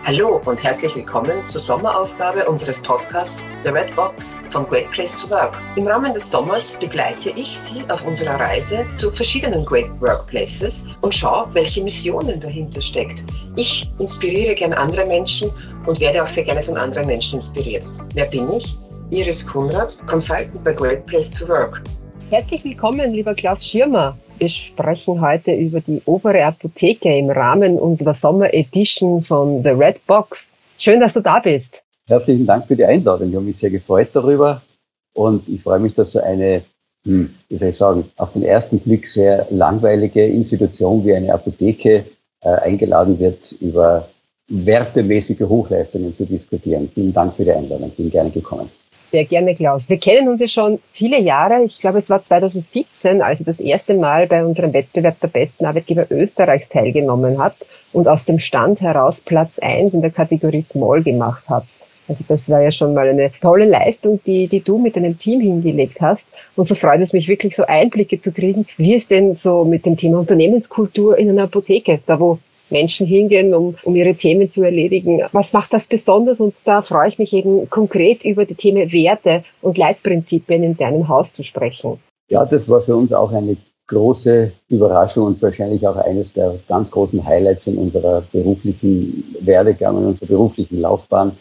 Hallo und herzlich willkommen zur Sommerausgabe unseres Podcasts The Red Box von Great Place to Work. Im Rahmen des Sommers begleite ich Sie auf unserer Reise zu verschiedenen Great Workplaces und schaue, welche Missionen dahinter steckt. Ich inspiriere gern andere Menschen und werde auch sehr gerne von anderen Menschen inspiriert. Wer bin ich? Iris Kunrad, Consultant bei Great Place to Work. Herzlich willkommen, lieber Klaus Schirmer. Wir sprechen heute über die obere Apotheke im Rahmen unserer Sommer-Edition von The Red Box. Schön, dass du da bist. Herzlichen Dank für die Einladung. Ich habe mich sehr gefreut darüber und ich freue mich, dass so eine, auf den ersten Blick sehr langweilige Institution wie eine Apotheke eingeladen wird, über wertemäßige Hochleistungen zu diskutieren. Vielen Dank für die Einladung. Ich bin gerne gekommen. Sehr gerne, Klaus. Wir kennen uns ja schon viele Jahre. Ich glaube, es war 2017, als ihr das erste Mal bei unserem Wettbewerb der besten Arbeitgeber Österreichs teilgenommen habt und aus dem Stand heraus Platz 1 in der Kategorie Small gemacht habt. Also das war ja schon mal eine tolle Leistung, die du mit deinem Team hingelegt hast. Und so freut es mich wirklich, so Einblicke zu kriegen, wie es denn so mit dem Thema Unternehmenskultur in einer Apotheke, da wo Menschen hingehen, um ihre Themen zu erledigen. Was macht das besonders? Und da freue ich mich eben konkret über die Themen Werte und Leitprinzipien in deinem Haus zu sprechen. Ja, das war für uns auch eine große Überraschung und wahrscheinlich auch eines der ganz großen Highlights in unserer beruflichen Werdegang, in unserer beruflichen Laufbahn.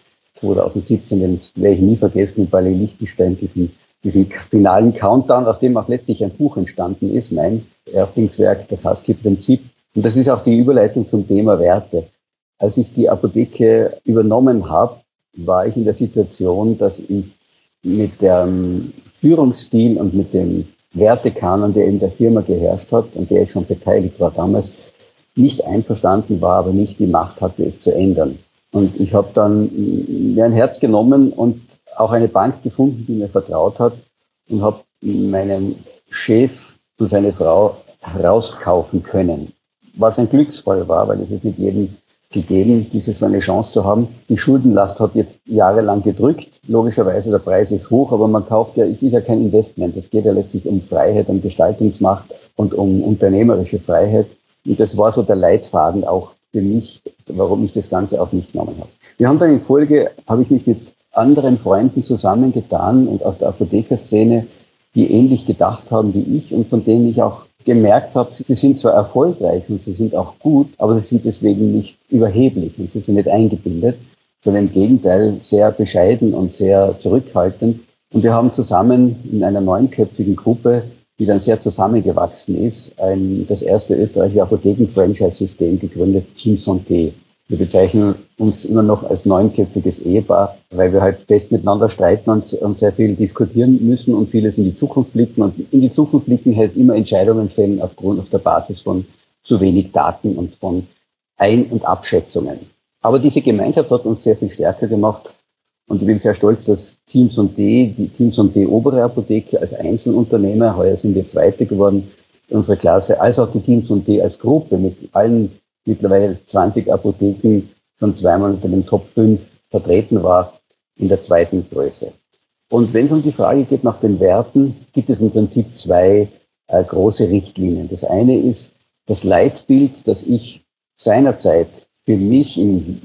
2017, den werde ich nie vergessen, in Bali Liechtenstein, diesen finalen Countdown, aus dem auch letztlich ein Buch entstanden ist, mein Erstlingswerk, das Husky-Prinzip. Und das ist auch die Überleitung zum Thema Werte. Als ich die Apotheke übernommen habe, war ich in der Situation, dass ich mit dem Führungsstil und mit dem Wertekanon, der in der Firma geherrscht hat und der ich schon beteiligt war damals, nicht einverstanden war, aber nicht die Macht hatte, es zu ändern. Und ich habe dann mir ein Herz genommen und auch eine Bank gefunden, die mir vertraut hat und habe meinen Chef und seine Frau herauskaufen können. Was ein Glücksfall war, weil es ist nicht jedem gegeben, diese so eine Chance zu haben. Die Schuldenlast hat jetzt jahrelang gedrückt. Logischerweise, der Preis ist hoch, aber man kauft ja, es ist ja kein Investment. Es geht ja letztlich um Freiheit, um Gestaltungsmacht und um unternehmerische Freiheit. Und das war so der Leitfaden auch für mich, warum ich das Ganze auf mich genommen habe. Wir haben dann in Folge, habe ich mich mit anderen Freunden zusammengetan und aus der Apothekerszene, die ähnlich gedacht haben wie ich und von denen ich auch gemerkt habe, sie sind zwar erfolgreich und sie sind auch gut, aber sie sind deswegen nicht überheblich und sie sind nicht eingebildet, sondern im Gegenteil sehr bescheiden und sehr zurückhaltend. Und wir haben zusammen in einer neunköpfigen Gruppe, die dann sehr zusammengewachsen ist, das erste österreichische Apotheken-Franchise-System gegründet, Team Santé. Wir bezeichnen uns immer noch als neunköpfiges Ehepaar, weil wir halt fest miteinander streiten und sehr viel diskutieren müssen und vieles in die Zukunft blicken. Und in die Zukunft blicken heißt immer Entscheidungen fällen auf der Basis von zu wenig Daten und von Ein- und Abschätzungen. Aber diese Gemeinschaft hat uns sehr viel stärker gemacht. Und ich bin sehr stolz, dass Team Santé, die Team Santé obere Apotheke als Einzelunternehmer, heuer sind wir Zweite geworden in unserer Klasse, als auch die Team Santé als Gruppe mit allen mittlerweile 20 Apotheken schon zweimal unter den Top 5 vertreten war in der zweiten Größe. Und wenn es um die Frage geht nach den Werten, gibt es im Prinzip zwei große Richtlinien. Das eine ist das Leitbild, das ich seinerzeit für mich in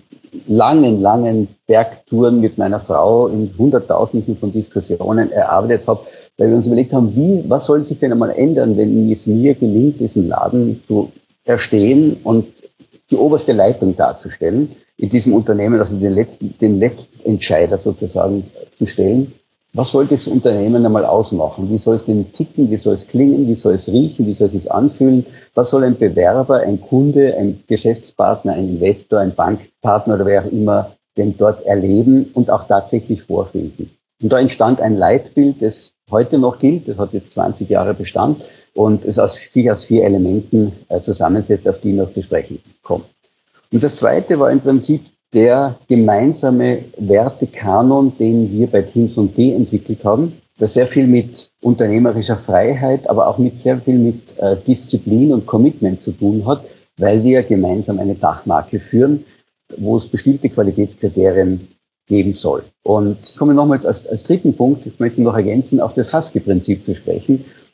langen Bergtouren mit meiner Frau in Hunderttausenden von Diskussionen erarbeitet habe, weil wir uns überlegt haben, was soll sich denn einmal ändern, wenn es mir gelingt, diesen Laden zu erstehen und die oberste Leitung darzustellen, in diesem Unternehmen, also den Letztentscheider sozusagen zu stellen. Was soll das Unternehmen einmal ausmachen? Wie soll es denn ticken? Wie soll es klingen? Wie soll es riechen? Wie soll es sich anfühlen? Was soll ein Bewerber, ein Kunde, ein Geschäftspartner, ein Investor, ein Bankpartner oder wer auch immer denn dort erleben und auch tatsächlich vorfinden? Und da entstand ein Leitbild, das heute noch gilt. Das hat jetzt 20 Jahre Bestand und es sich aus 4 Elementen zusammensetzt, auf die noch zu sprechen kommt. Und das zweite war im Prinzip der gemeinsame Wertekanon, den wir bei Team Santé entwickelt haben, der sehr viel mit unternehmerischer Freiheit, aber auch sehr viel mit Disziplin und Commitment zu tun hat, weil wir gemeinsam eine Dachmarke führen, wo es bestimmte Qualitätskriterien geben soll. Und ich komme nochmals als dritten Punkt, ich möchte noch ergänzen, auf das Husky-Prinzip zu sprechen.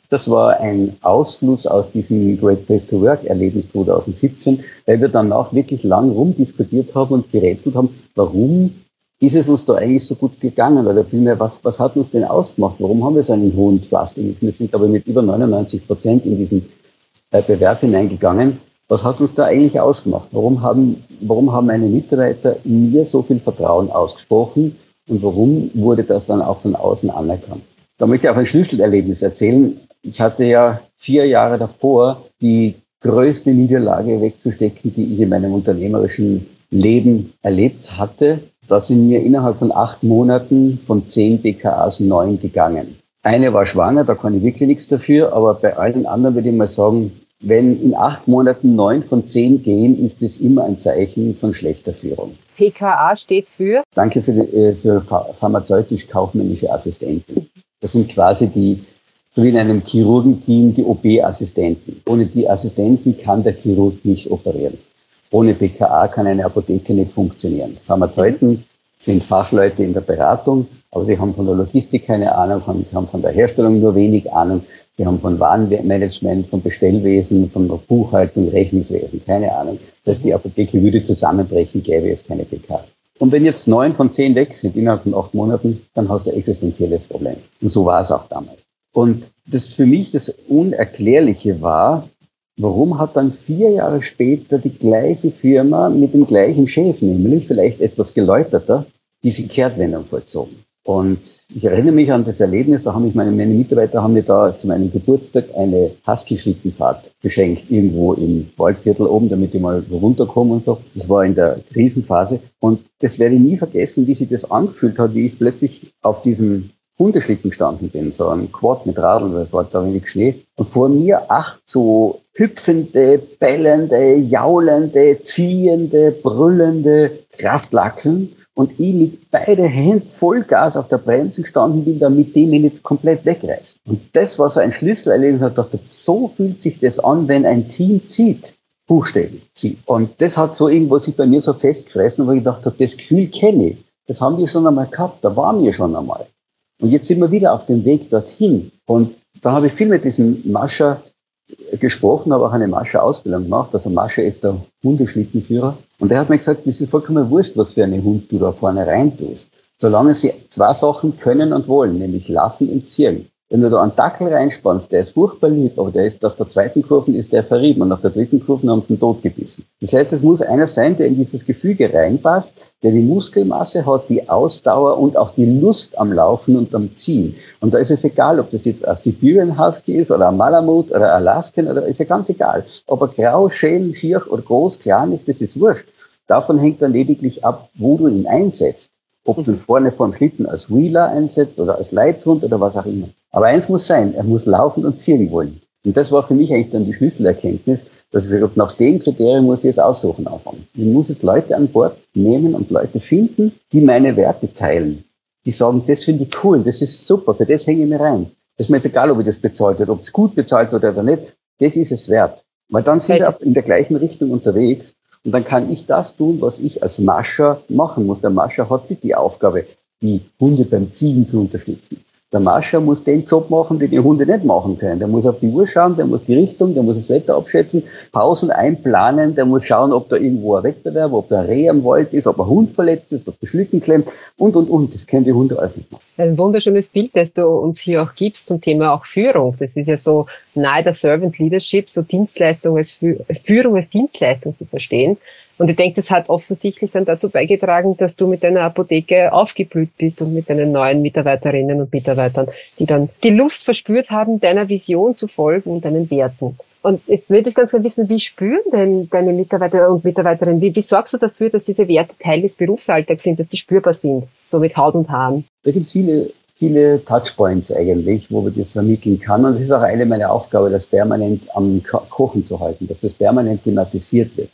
Das war ein Ausfluss aus diesem Great Place to Work Erlebnis 2017, weil wir danach wirklich lang rumdiskutiert haben und gerätselt haben, warum ist es uns da eigentlich so gut gegangen? Oder vielmehr, was hat uns denn ausgemacht? Warum haben wir so einen hohen Trust? Wir sind aber mit über 99% in diesen Bewerb hineingegangen. Was hat uns da eigentlich ausgemacht? Warum haben meine Mitarbeiter mir so viel Vertrauen ausgesprochen? Und warum wurde das dann auch von außen anerkannt? Da möchte ich auch ein Schlüsselerlebnis erzählen. Ich hatte ja 4 Jahre davor die größte Niederlage wegzustecken, die ich in meinem unternehmerischen Leben erlebt hatte. Da sind mir innerhalb von 8 Monaten von 10 BKAs 9 gegangen. Eine war schwanger, da kann ich wirklich nichts dafür, aber bei allen anderen würde ich mal sagen, wenn in 8 Monaten 9 von 10 gehen, ist es immer ein Zeichen von schlechter Führung. PKA steht für? Danke für pharmazeutisch-kaufmännische Assistenten. Das sind quasi so wie in einem Chirurgenteam, die OP-Assistenten. Ohne die Assistenten kann der Chirurg nicht operieren. Ohne PKA kann eine Apotheke nicht funktionieren. Pharmazeuten sind Fachleute in der Beratung, aber sie haben von der Logistik keine Ahnung, haben von der Herstellung nur wenig Ahnung, sie haben von Warenmanagement, von Bestellwesen, von Buchhaltung, Rechnungswesen keine Ahnung. Das heißt, die Apotheke würde zusammenbrechen, gäbe es keine PKA. Und wenn jetzt 9 von 10 weg sind innerhalb von 8 Monaten, dann hast du ein existenzielles Problem. Und so war es auch damals. Und das für mich das Unerklärliche war, warum hat dann 4 Jahre später die gleiche Firma mit dem gleichen Chef, nämlich vielleicht etwas geläuterter, diese Kehrtwendung vollzogen? Und ich erinnere mich an das Erlebnis, da haben meine Mitarbeiter haben mir da zu meinem Geburtstag eine Husky-Schlittenfahrt geschenkt, irgendwo im Waldviertel oben, damit ich mal runterkomme und so. Das war in der Krisenphase. Und das werde ich nie vergessen, wie sich das angefühlt hat, wie ich plötzlich auf diesem Hundeschlitten gestanden bin, so ein Quad mit Radeln, weil es war da wenig Schnee. Und vor mir 8 so hüpfende, bellende, jaulende, ziehende, brüllende Kraftlackeln. Und ich mit beide Händen Vollgas auf der Bremse gestanden bin, damit die mich nicht komplett wegreißt. Und das war so ein Schlüsselerlebnis. Ich dachte, so fühlt sich das an, wenn ein Team zieht, buchstäblich zieht. Und das hat so irgendwo sich bei mir so festgefressen, wo ich gedacht habe, das Gefühl kenne ich. Das haben wir schon einmal gehabt, da waren wir schon einmal. Und jetzt sind wir wieder auf dem Weg dorthin. Und da habe ich viel mit diesem Mascha gesprochen, habe auch eine Mascha-Ausbildung gemacht. Also Mascha ist der Hundeschlittenführer. Und er hat mir gesagt, das ist vollkommen wurscht, was für einen Hund du da vorne rein tust. Solange sie 2 Sachen können und wollen, nämlich laufen und ziehen. Wenn du da einen Dackel reinspannst, der ist furchtbar lieb, aber der ist auf der 2. Kurve ist der verrieben und auf der 3. Kurve haben sie ihn totgebissen. Das heißt, es muss einer sein, der in dieses Gefüge reinpasst, der die Muskelmasse hat, die Ausdauer und auch die Lust am Laufen und am Ziehen. Und da ist es egal, ob das jetzt ein Siberian Husky ist oder ein Malamut oder ein Alaskan, oder ist ja ganz egal. Ob er grau, schön, schier oder groß, klein ist, das ist wurscht. Davon hängt dann lediglich ab, wo du ihn einsetzt. Ob du ihn vorne vor dem Schlitten als Wheeler einsetzt oder als Leithund oder was auch immer. Aber eins muss sein, er muss laufen und ziehen wollen. Und das war für mich eigentlich dann die Schlüsselerkenntnis, dass ich sage, nach den Kriterien muss ich jetzt aussuchen anfangen. Ich muss jetzt Leute an Bord nehmen und Leute finden, die meine Werte teilen. Die sagen, das finde ich cool, das ist super, für das hänge ich mir rein. Das ist mir jetzt egal, ob ich das bezahlt wird, ob es gut bezahlt wird oder nicht. Das ist es wert. Weil dann sind wir in der gleichen Richtung unterwegs. Und dann kann ich das tun, was ich als Mascher machen muss. Der Mascher hat nicht die Aufgabe, die Hunde beim Ziehen zu unterstützen. Der Mascher muss den Job machen, den die Hunde nicht machen können. Der muss auf die Uhr schauen, der muss die Richtung, der muss das Wetter abschätzen, Pausen einplanen, der muss schauen, ob da irgendwo ein Wettbewerb, ob da ein Reh am Wald ist, ob ein Hund verletzt ist, ob der Schlitten klemmt und. Das können die Hunde alles nicht machen. Ein wunderschönes Bild, das du uns hier auch gibst zum Thema auch Führung. Das ist ja so nahe der Servant Leadership, so Dienstleistung Führung als Dienstleistung zu verstehen. Und ich denke, das hat offensichtlich dann dazu beigetragen, dass du mit deiner Apotheke aufgeblüht bist und mit deinen neuen Mitarbeiterinnen und Mitarbeitern, die dann die Lust verspürt haben, deiner Vision zu folgen und deinen Werten. Und jetzt würde ich ganz gerne wissen, wie spüren denn deine Mitarbeiter und Mitarbeiterinnen, wie sorgst du dafür, dass diese Werte Teil des Berufsalltags sind, dass die spürbar sind, so mit Haut und Haaren? Da gibt es viele Touchpoints eigentlich, wo man das vermitteln kann. Und das ist auch eine meiner Aufgaben, das permanent am Kochen zu halten, dass das permanent thematisiert wird.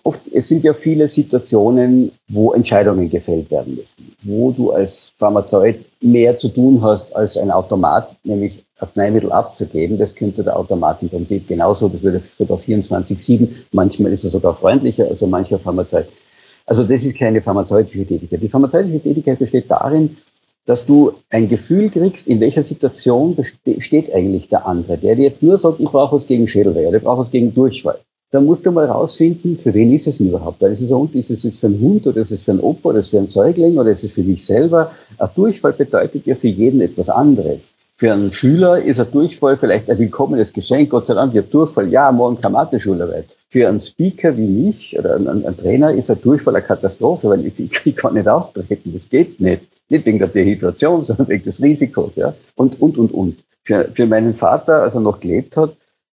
Es sind ja viele Situationen, wo Entscheidungen gefällt werden müssen, wo du als Pharmazeut mehr zu tun hast als ein Automat, nämlich Arzneimittel abzugeben. Das könnte der Automat im Prinzip genauso, das würde sogar 24/7, manchmal ist er sogar freundlicher als mancher Pharmazeut. Also das ist keine pharmazeutische Tätigkeit. Die pharmazeutische Tätigkeit besteht darin, dass du ein Gefühl kriegst, in welcher Situation steht eigentlich der andere. Der dir jetzt nur sagt, ich brauche was gegen Schädelweh oder ich brauche was gegen Durchfall. Da musst du mal rausfinden, für wen ist es denn überhaupt? Weil es ist es jetzt für einen Hund oder ist es für einen Opa oder ist es für einen Säugling oder ist es für dich selber? Ein Durchfall bedeutet ja für jeden etwas anderes. Für einen Schüler ist ein Durchfall vielleicht ein willkommenes Geschenk. Gott sei Dank, ich habe Durchfall, ja, morgen keine Mathe-Schularbeit. Für einen Speaker wie mich oder einen Trainer ist ein Durchfall eine Katastrophe, weil ich kann nicht auftreten, das geht nicht. Nicht wegen der Dehydration, sondern wegen des Risikos. Ja? Und. Für meinen Vater, als er noch gelebt hat,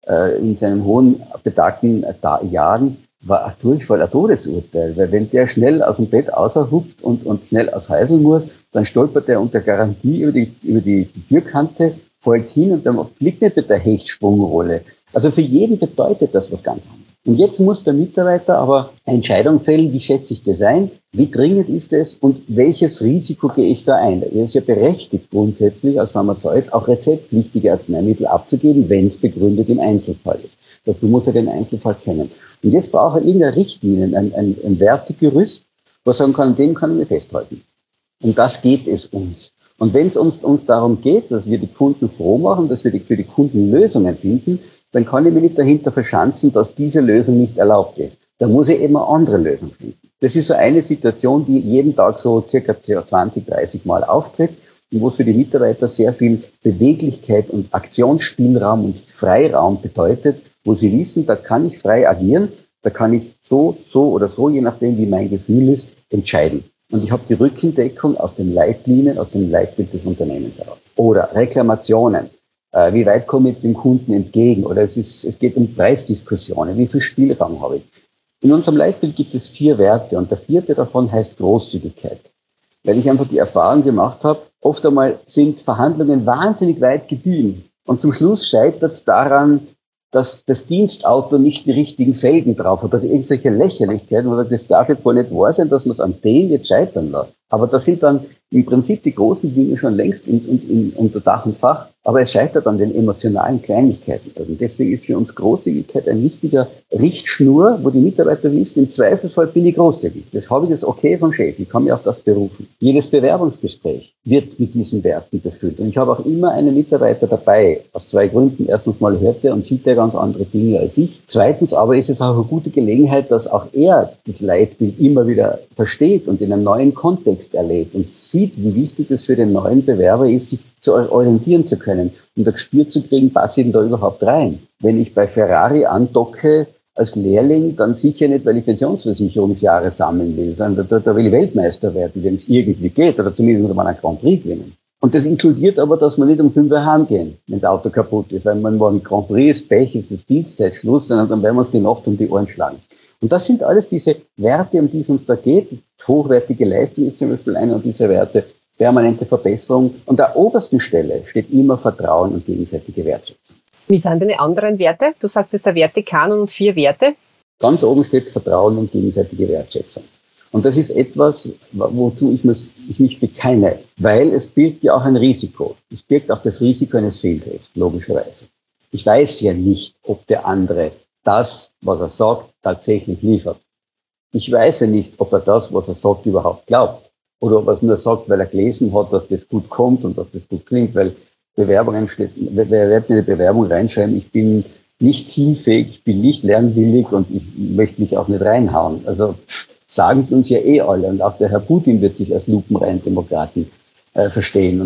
in seinen hohen, betagten Jahren, war ein Durchfall ein Todesurteil. Weil wenn der schnell aus dem Bett aushupft und schnell aus Häusl muss, dann stolpert er unter Garantie über die Türkante, fällt hin und dann fliegt nicht mit der Hechtsprungrolle. Also für jeden bedeutet das was ganz anderes. Und jetzt muss der Mitarbeiter aber eine Entscheidung fällen, wie schätze ich das ein, wie dringend ist es und welches Risiko gehe ich da ein. Er ist ja berechtigt grundsätzlich als Pharmazeut auch rezeptpflichtige Arzneimittel abzugeben, wenn es begründet im Einzelfall ist. Dazu muss er den Einzelfall kennen. Und jetzt braucht er irgendeine Richtlinie, ein Wertegerüst, wo er sagen kann, dem kann ich mir festhalten. Um das geht es uns. Und wenn es uns darum geht, dass wir die Kunden froh machen, dass wir für die Kunden Lösungen finden, dann kann ich mich nicht dahinter verschanzen, dass diese Lösung nicht erlaubt ist. Da muss ich eben eine andere Lösung finden. Das ist so eine Situation, die jeden Tag so circa 20, 30 Mal auftritt und wo für die Mitarbeiter sehr viel Beweglichkeit und Aktionsspielraum und Freiraum bedeutet, wo sie wissen, da kann ich frei agieren, da kann ich so oder so, je nachdem wie mein Gefühl ist, entscheiden. Und ich habe die Rückendeckung aus den Leitlinien, aus dem Leitbild des Unternehmens heraus. Oder Reklamationen. Wie weit komme ich jetzt dem Kunden entgegen? Oder es geht um Preisdiskussionen. Wie viel Spielraum habe ich? In unserem Leitbild gibt es 4 Werte und der 4. davon heißt Großzügigkeit. Weil ich einfach die Erfahrung gemacht habe, oft einmal sind Verhandlungen wahnsinnig weit gediehen. Und zum Schluss scheitert es daran, dass das Dienstauto nicht die richtigen Felgen drauf hat oder irgendwelche Lächerlichkeiten, wo das darf jetzt wohl nicht wahr sein, dass man es an dem jetzt scheitern lässt. Aber das sind dann im Prinzip die großen Dinge schon längst unter Dach und Fach, aber es scheitert an den emotionalen Kleinigkeiten. Also deswegen ist für uns Großzügigkeit ein wichtiger Richtschnur, wo die Mitarbeiter wissen, im Zweifelsfall bin ich großzügig. Das habe ich das Okay vom Chef, ich kann mich auf das berufen. Jedes Bewerbungsgespräch wird mit diesen Werten befüllt. Und ich habe auch immer einen Mitarbeiter dabei, aus 2 Gründen. Erstens mal hört er und sieht er ganz andere Dinge als ich. Zweitens aber ist es auch eine gute Gelegenheit, dass auch er das Leitbild immer wieder versteht und in einem neuen Kontext erlebt und sieht, wie wichtig es für den neuen Bewerber ist, sich zu orientieren zu können und ein Gespür zu kriegen, passe ich denn da überhaupt rein? Wenn ich bei Ferrari andocke als Lehrling, dann sicher nicht, weil ich Pensionsversicherungsjahre sammeln will, sondern da will ich Weltmeister werden, wenn es irgendwie geht, oder zumindest mal einen Grand Prix gewinnen. Und das inkludiert aber, dass wir nicht um 5 Uhr heimgehen, wenn das Auto kaputt ist, weil man morgen Grand Prix ist, Pech ist, das Dienstzeitschluss, sondern dann werden wir uns die Nacht um die Ohren schlagen. Und das sind alles diese Werte, um die es uns da geht. Hochwertige Leistung ist zum Beispiel einer dieser Werte, permanente Verbesserung. Und an der obersten Stelle steht immer Vertrauen und gegenseitige Wertschätzung. Wie sind deine anderen Werte? Du sagtest der Wertekanon und 4 Werte. Ganz oben steht Vertrauen und gegenseitige Wertschätzung. Und das ist etwas, wozu ich mich bekenne, weil es birgt ja auch ein Risiko. Es birgt auch das Risiko eines Fehlgriffs, logischerweise. Ich weiß ja nicht, ob der andere das, was er sagt, tatsächlich liefert. Ich weiß ja nicht, ob er das, was er sagt, überhaupt glaubt. Oder ob er es nur sagt, weil er gelesen hat, dass das gut kommt und dass das gut klingt, weil Bewerbungen steht, wer wird in die Bewerbung reinschreiben, ich bin nicht teamfähig, ich bin nicht lernwillig und ich möchte mich auch nicht reinhauen. Also sagen uns ja eh alle. Und auch der Herr Putin wird sich als lupenreinen Demokraten verstehen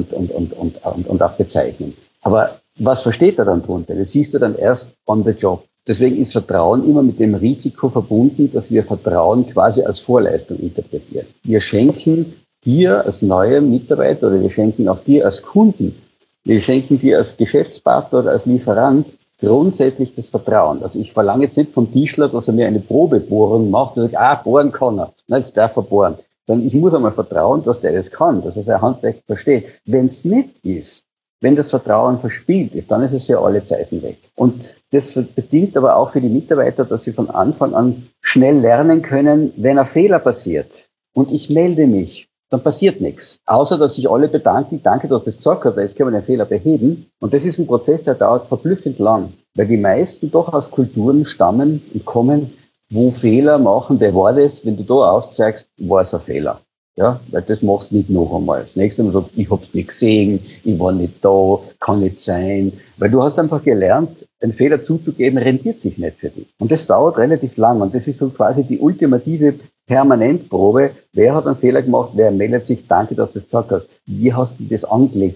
und auch bezeichnen. Aber was versteht er dann drunter? Das siehst du dann erst on the job. Deswegen ist Vertrauen immer mit dem Risiko verbunden, dass wir Vertrauen quasi als Vorleistung interpretieren. Wir schenken dir als neuer Mitarbeiter oder wir schenken auch dir als Kunden, wir schenken dir als Geschäftspartner oder als Lieferant grundsätzlich das Vertrauen. Also ich verlange jetzt nicht vom Tischler, dass er mir eine Probebohrung macht und sagt, bohren kann er. Na, jetzt darf er bohren. Sondern ich muss einmal vertrauen, dass der das kann, dass er sein Handwerk versteht. Wenn es nicht ist, wenn das Vertrauen verspielt ist, dann ist es für alle Zeiten weg. Und das bedingt aber auch für die Mitarbeiter, dass sie von Anfang an schnell lernen können, wenn ein Fehler passiert und ich melde mich, dann passiert nichts. Außer, dass sich alle bedanken, danke, dass du das gesagt hast, weil jetzt können wir den Fehler beheben. Und das ist ein Prozess, der dauert verblüffend lang, weil die meisten doch aus Kulturen stammen und kommen, wo Fehler machen, wer war das? Wenn du da aufzeigst, war es ein Fehler. Ja, weil das machst du nicht noch einmal. Das nächste Mal sagst du, ich hab's nicht gesehen, ich war nicht da, kann nicht sein. Weil du hast einfach gelernt, einen Fehler zuzugeben, rentiert sich nicht für dich. Und das dauert relativ lang. Und das ist so quasi die ultimative Permanentprobe. Wer hat einen Fehler gemacht? Wer meldet sich? Danke, dass du das gesagt hast. Wie hast du das angelegt?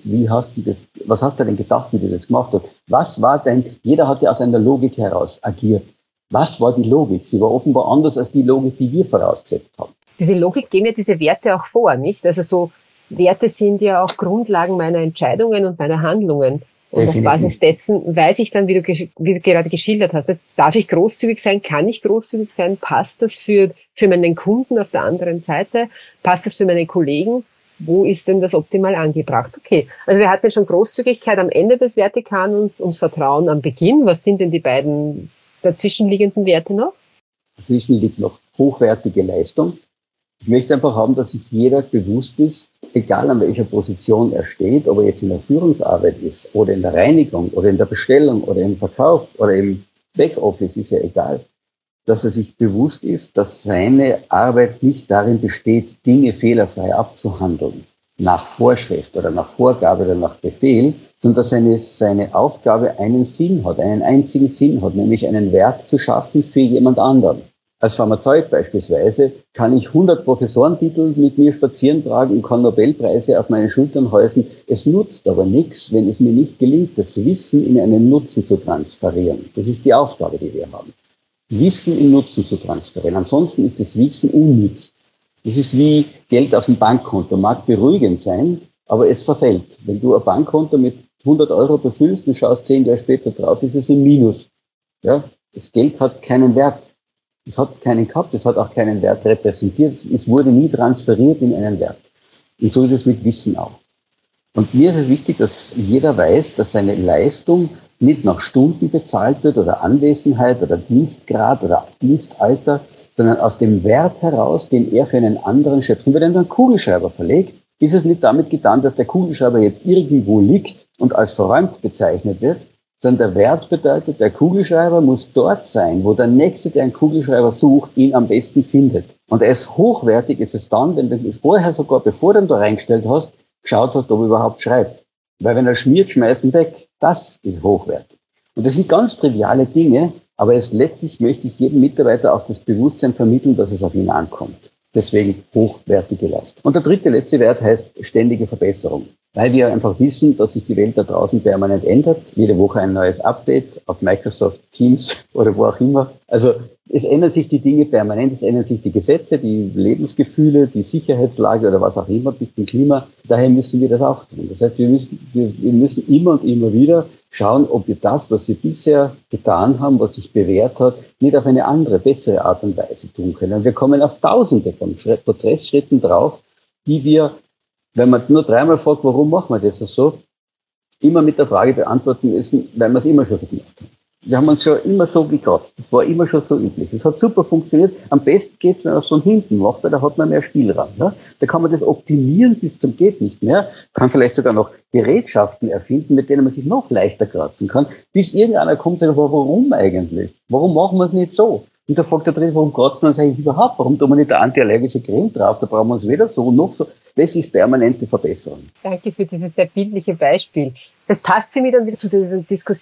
Was hast du denn gedacht, wie du das gemacht hast? Was war denn, jeder hat ja aus einer Logik heraus agiert. Was war die Logik? Sie war offenbar anders als die Logik, die wir vorausgesetzt haben. Diese Logik geben ja diese Werte auch vor, nicht? Also so Werte sind ja auch Grundlagen meiner Entscheidungen und meiner Handlungen. Und auf Basis dessen weiß ich dann, wie du gerade geschildert hast, darf ich großzügig sein, kann ich großzügig sein, passt das für meinen Kunden auf der anderen Seite, passt das für meine Kollegen, wo ist denn das optimal angebracht? Okay, also wir hatten schon Großzügigkeit am Ende des Wertekanons und Vertrauen am Beginn. Was sind denn die beiden dazwischenliegenden Werte noch? Dazwischen liegt noch hochwertige Leistung. Ich möchte einfach haben, dass sich jeder bewusst ist, egal an welcher Position er steht, ob er jetzt in der Führungsarbeit ist oder in der Reinigung oder in der Bestellung oder im Verkauf oder im Backoffice, ist ja egal, dass er sich bewusst ist, dass seine Arbeit nicht darin besteht, Dinge fehlerfrei abzuhandeln, nach Vorschrift oder nach Vorgabe oder nach Befehl, sondern dass seine Aufgabe einen Sinn hat, einen einzigen Sinn hat, nämlich einen Wert zu schaffen für jemand anderen. Als Pharmazeut beispielsweise kann ich 100 Professorentitel mit mir spazieren tragen und kann Nobelpreise auf meinen Schultern häufen. Es nutzt aber nichts, wenn es mir nicht gelingt, das Wissen in einen Nutzen zu transferieren. Das ist die Aufgabe, die wir haben. Wissen in Nutzen zu transferieren. Ansonsten ist das Wissen unnütz. Das ist wie Geld auf dem Bankkonto. Mag beruhigend sein, aber es verfällt. Wenn du ein Bankkonto mit 100 Euro befüllst und schaust 10 Jahre später drauf, ist es im Minus. Ja, das Geld hat keinen Wert. Es hat keinen gehabt, es hat auch keinen Wert repräsentiert, es wurde nie transferiert in einen Wert. Und so ist es mit Wissen auch. Und mir ist es wichtig, dass jeder weiß, dass seine Leistung nicht nach Stunden bezahlt wird oder Anwesenheit oder Dienstgrad oder Dienstalter, sondern aus dem Wert heraus, den er für einen anderen schöpft. Und wenn er einen Kugelschreiber verlegt, ist es nicht damit getan, dass der Kugelschreiber jetzt irgendwo liegt und als verräumt bezeichnet wird, sondern der Wert bedeutet, der Kugelschreiber muss dort sein, wo der Nächste, der einen Kugelschreiber sucht, ihn am besten findet. Und er ist hochwertig, ist es dann, wenn du vorher sogar, bevor du ihn da reingestellt hast, geschaut hast, ob er überhaupt schreibt. Weil wenn er schmiert, schmeiß ihn weg. Das ist hochwertig. Und das sind ganz triviale Dinge, aber letztlich möchte ich jedem Mitarbeiter auch das Bewusstsein vermitteln, dass es auf ihn ankommt. Deswegen hochwertige Leistung. Und der letzte Wert heißt ständige Verbesserung. Weil wir einfach wissen, dass sich die Welt da draußen permanent ändert. Jede Woche ein neues Update auf Microsoft Teams oder wo auch immer. Also es ändern sich die Dinge permanent, es ändern sich die Gesetze, die Lebensgefühle, die Sicherheitslage oder was auch immer bis zum Klima. Daher müssen wir das auch tun. Das heißt, wir müssen immer und immer wieder schauen, ob wir das, was wir bisher getan haben, was sich bewährt hat, nicht auf eine andere, bessere Art und Weise tun können. Und wir kommen auf Tausende von Prozessschritten drauf, die wir, wenn man nur dreimal fragt, warum machen wir das so, immer mit der Frage beantworten müssen, weil wir es immer schon so gemacht haben. Wir haben uns schon immer so gekratzt. Das war immer schon so üblich. Das hat super funktioniert. Am besten geht es, wenn man es von hinten macht, weil da hat man mehr Spielraum. Ne? Da kann man das optimieren bis zum geht nicht mehr. Kann vielleicht sogar noch Gerätschaften erfinden, mit denen man sich noch leichter kratzen kann, bis irgendeiner kommt und sagt, warum eigentlich? Warum machen wir es nicht so? Und da fragt der Dritte, warum kratzt man es eigentlich überhaupt? Warum tun wir nicht eine antiallergische Creme drauf? Da brauchen wir uns weder so noch so. Das ist permanente Verbesserung. Danke für dieses sehr bildliche Beispiel. Das passt für mich dann wieder zu dieser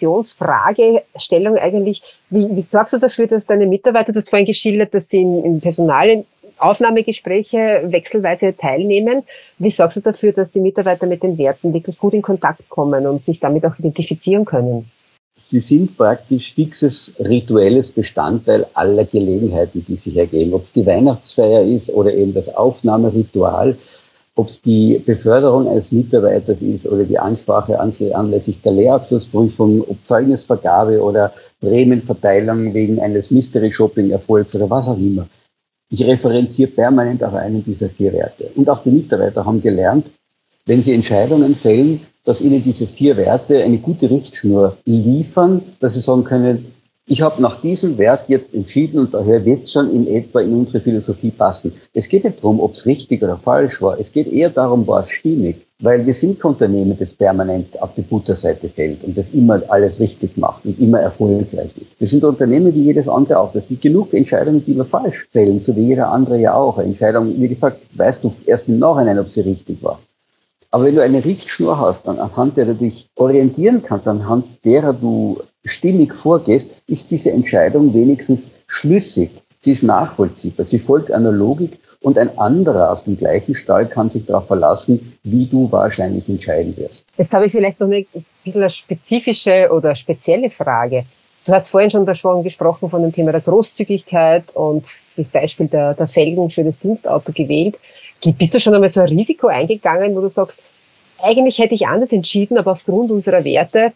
Diskussionsfragestellung eigentlich. Wie sorgst du dafür, dass deine Mitarbeiter, du hast vorhin geschildert, dass sie in Personalaufnahmegespräche wechselweise teilnehmen. Wie sorgst du dafür, dass die Mitarbeiter mit den Werten wirklich gut in Kontakt kommen und sich damit auch identifizieren können? Sie sind praktisch fixes rituelles Bestandteil aller Gelegenheiten, die sich ergeben. Ob es die Weihnachtsfeier ist oder eben das Aufnahmeritual, ob es die Beförderung eines Mitarbeiters ist oder die Ansprache anlässlich der Lehrabschlussprüfung, ob Zeugnisvergabe oder Prämienverteilung wegen eines Mystery-Shopping-Erfolgs oder was auch immer. Ich referenziere permanent auf einen dieser 4 Werte. Und auch die Mitarbeiter haben gelernt, wenn sie Entscheidungen fällen, dass ihnen diese 4 Werte eine gute Richtschnur liefern, dass sie sagen können, ich habe nach diesem Wert jetzt entschieden und daher wird es schon in etwa in unsere Philosophie passen. Es geht nicht darum, ob es richtig oder falsch war. Es geht eher darum, war es stimmig. Weil wir sind kein Unternehmen, das permanent auf die Butterseite fällt und das immer alles richtig macht und immer erfolgreich ist. Wir sind ein Unternehmen wie jedes andere auch. Es gibt genug Entscheidungen, die wir falsch fällen, so wie jeder andere ja auch. Eine Entscheidung, wie gesagt, weißt du erst im Nachhinein, ob sie richtig war. Aber wenn du eine Richtschnur hast, anhand der du dich orientieren kannst, anhand derer du stimmig vorgehst, ist diese Entscheidung wenigstens schlüssig. Sie ist nachvollziehbar. Sie folgt einer Logik. Und ein anderer aus dem gleichen Stall kann sich darauf verlassen, wie du wahrscheinlich entscheiden wirst. Jetzt habe ich vielleicht noch eine bisschen eine spezifische oder spezielle Frage. Du hast vorhin schon davon gesprochen von dem Thema der Großzügigkeit und das Beispiel der Felgen für das Dienstauto gewählt. Bist du schon einmal so ein Risiko eingegangen, wo du sagst, eigentlich hätte ich anders entschieden, aber aufgrund unserer Werte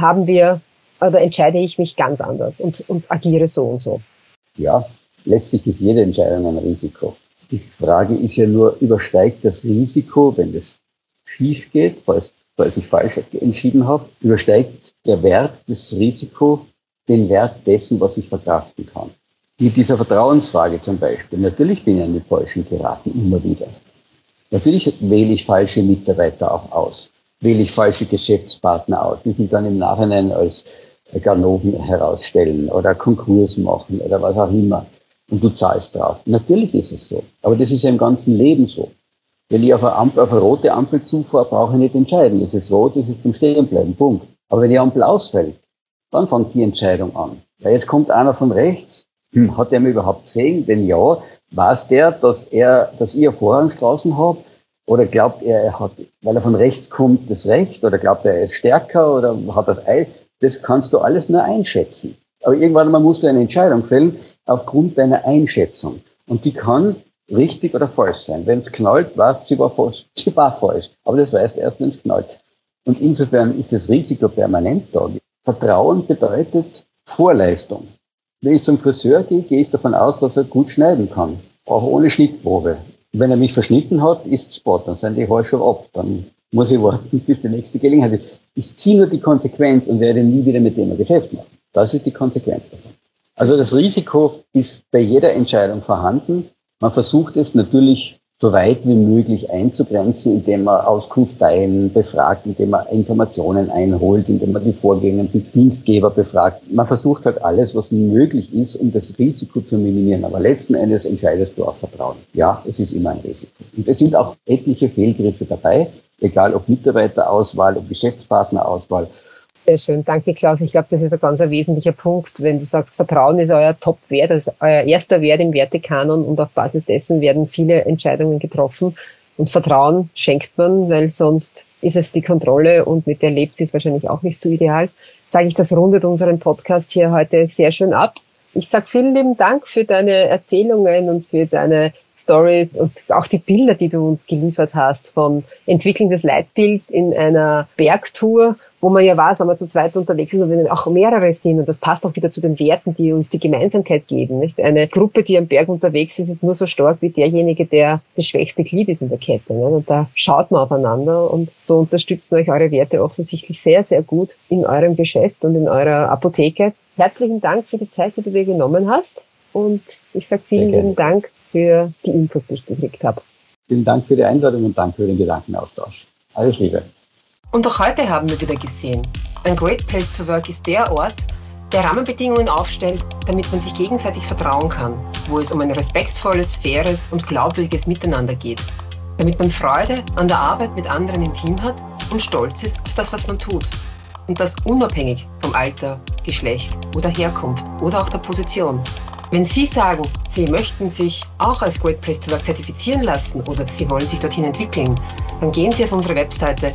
entscheide ich mich ganz anders und agiere so und so? Ja, letztlich ist jede Entscheidung ein Risiko. Die Frage ist ja nur, übersteigt das Risiko, wenn es schief geht, falls ich falsch entschieden habe, übersteigt der Wert des Risikos den Wert dessen, was ich verkraften kann. Mit dieser Vertrauensfrage zum Beispiel. Natürlich bin ich an die Falschen geraten, immer wieder. Natürlich wähle ich falsche Mitarbeiter auch aus. Wähle ich falsche Geschäftspartner aus, die sich dann im Nachhinein als Ganoven herausstellen oder Konkurs machen oder was auch immer. Und du zahlst drauf. Natürlich ist es so. Aber das ist ja im ganzen Leben so. Wenn ich auf eine rote Ampel zufahre, brauche ich nicht entscheiden. Es ist rot, es ist zum Stehenbleiben. Punkt. Aber wenn die Ampel ausfällt, dann fängt die Entscheidung an. Weil jetzt kommt einer von rechts. Hat der mir überhaupt gesehen? Wenn ja, weiß der, dass ich Vorrangstraßen habe? Oder glaubt er hat, weil er von rechts kommt, das Recht? Oder glaubt er ist stärker? Oder hat das Ei? Das kannst du alles nur einschätzen. Aber irgendwann mal musst du eine Entscheidung fällen aufgrund deiner Einschätzung. Und die kann richtig oder falsch sein. Wenn es knallt, weißt du, sie war falsch. Sie war falsch. Aber das weißt du erst, wenn es knallt. Und insofern ist das Risiko permanent da. Vertrauen bedeutet Vorleistung. Wenn ich zum Friseur gehe, gehe ich davon aus, dass er gut schneiden kann. Auch ohne Schnittprobe. Wenn er mich verschnitten hat, ist Spot. Dann sind die Haare schon ab. Dann muss ich warten, bis die nächste Gelegenheit ist. Ich ziehe nur die Konsequenz und werde nie wieder mit dem ein Geschäft machen. Das ist die Konsequenz davon. Also das Risiko ist bei jeder Entscheidung vorhanden. Man versucht es natürlich so weit wie möglich einzugrenzen, indem man Auskunfteien befragt, indem man Informationen einholt, indem man die vorgehenden Dienstgeber befragt. Man versucht halt alles, was möglich ist, um das Risiko zu minimieren. Aber letzten Endes entscheidest du auf Vertrauen. Ja, es ist immer ein Risiko. Und es sind auch etliche Fehlgriffe dabei, egal ob Mitarbeiterauswahl, ob Geschäftspartnerauswahl. Sehr schön, danke Klaus. Ich glaube, das ist ein ganz wesentlicher Punkt, wenn du sagst, Vertrauen ist euer Top-Wert, also euer erster Wert im Wertekanon und auf Basis dessen werden viele Entscheidungen getroffen. Und Vertrauen schenkt man, weil sonst ist es die Kontrolle und mit der lebt sie es wahrscheinlich auch nicht so ideal. Sage ich, das rundet unseren Podcast hier heute sehr schön ab. Ich sage vielen lieben Dank für deine Erzählungen und für deine Story und auch die Bilder, die du uns geliefert hast vom Entwickeln des Leitbilds in einer Bergtour, wo man ja weiß, wenn man zu zweit unterwegs ist und wenn auch mehrere sind. Und das passt auch wieder zu den Werten, die uns die Gemeinsamkeit geben. Nicht? Eine Gruppe, die am Berg unterwegs ist, ist nur so stark wie derjenige, der das schwächste Glied ist in der Kette. Nicht? Und da schaut man aufeinander und so unterstützen euch eure Werte offensichtlich sehr, sehr gut in eurem Geschäft und in eurer Apotheke. Herzlichen Dank für die Zeit, die du dir genommen hast. Und ich sage vielen lieben Dank für die Infos, die ich gekriegt habe. Vielen Dank für die Einladung und Dank für den Gedankenaustausch. Alles Liebe. Und auch heute haben wir wieder gesehen, ein Great Place to Work ist der Ort, der Rahmenbedingungen aufstellt, damit man sich gegenseitig vertrauen kann, wo es um ein respektvolles, faires und glaubwürdiges Miteinander geht, damit man Freude an der Arbeit mit anderen im Team hat und stolz ist auf das, was man tut. Und das unabhängig vom Alter, Geschlecht oder Herkunft oder auch der Position. Wenn Sie sagen, Sie möchten sich auch als Great Place to Work zertifizieren lassen oder Sie wollen sich dorthin entwickeln, dann gehen Sie auf unsere Webseite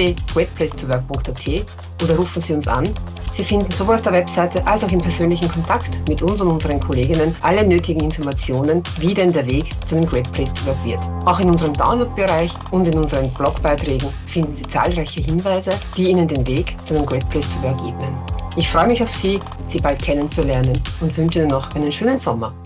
www.greatplacetowork.at oder rufen Sie uns an. Sie finden sowohl auf der Webseite als auch im persönlichen Kontakt mit uns und unseren Kolleginnen alle nötigen Informationen, wie denn der Weg zu einem Great Place to Work wird. Auch in unserem Download-Bereich und in unseren Blogbeiträgen finden Sie zahlreiche Hinweise, die Ihnen den Weg zu einem Great Place to Work ebnen. Ich freue mich auf Sie bald kennenzulernen und wünsche Ihnen noch einen schönen Sommer.